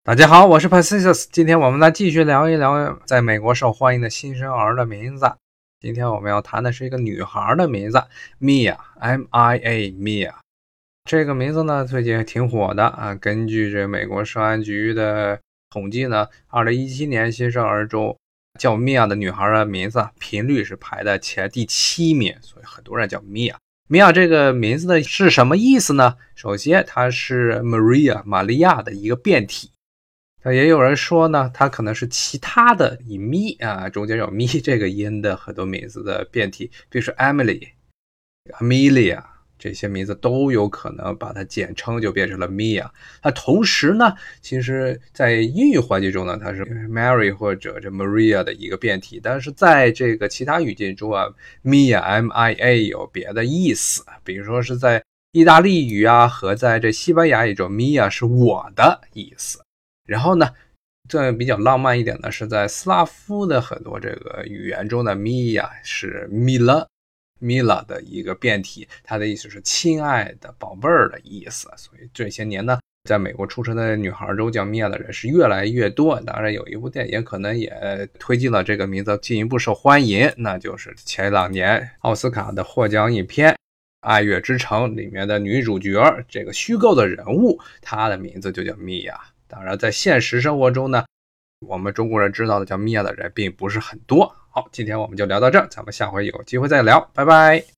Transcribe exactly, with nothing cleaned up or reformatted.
大家好，我是 Pacius， 今天我们来继续聊一聊在美国受欢迎的新生儿的名字。今天我们要谈的是一个女孩的名字 Mia M I A Mia。 这个名字呢最近挺火的啊。根据这美国社安局的统计呢，二零一七年新生儿中叫 Mia 的女孩的名字频率是排在前第七名，所以很多人叫 Mia。Mia 这个名字的是什么意思呢？首先它是 Maria 玛利亚的一个变体，也有人说呢，它可能是其他的以咪啊，中间有咪这个音的很多名字的变体，比如说 Emily、Amelia 这些名字都有可能把它简称就变成了 Mia。它同时呢，其实在英语环境中呢，它是 Mary 或者这 Maria 的一个变体，但是在这个其他语境中啊 ，Mia M I A 有别的意思，比如说是在意大利语啊和在这西班牙语中 Mia 是我的意思。然后呢，这比较浪漫一点的是在斯拉夫的很多这个语言中的 Mia 是 Mila Mila 的一个变体，它的意思是亲爱的宝贝儿的意思。所以这些年呢，在美国出生的女孩中叫 Mia 的人是越来越多。当然有一部电影可能也推进了这个名字进一步受欢迎，那就是前两年奥斯卡的获奖影片《爱乐之城》里面的女主角，这个虚构的人物，她的名字就叫 Mia。当然在现实生活中呢，我们中国人知道的叫 Mia 的人并不是很多。好，今天我们就聊到这儿，咱们下回有机会再聊，拜拜。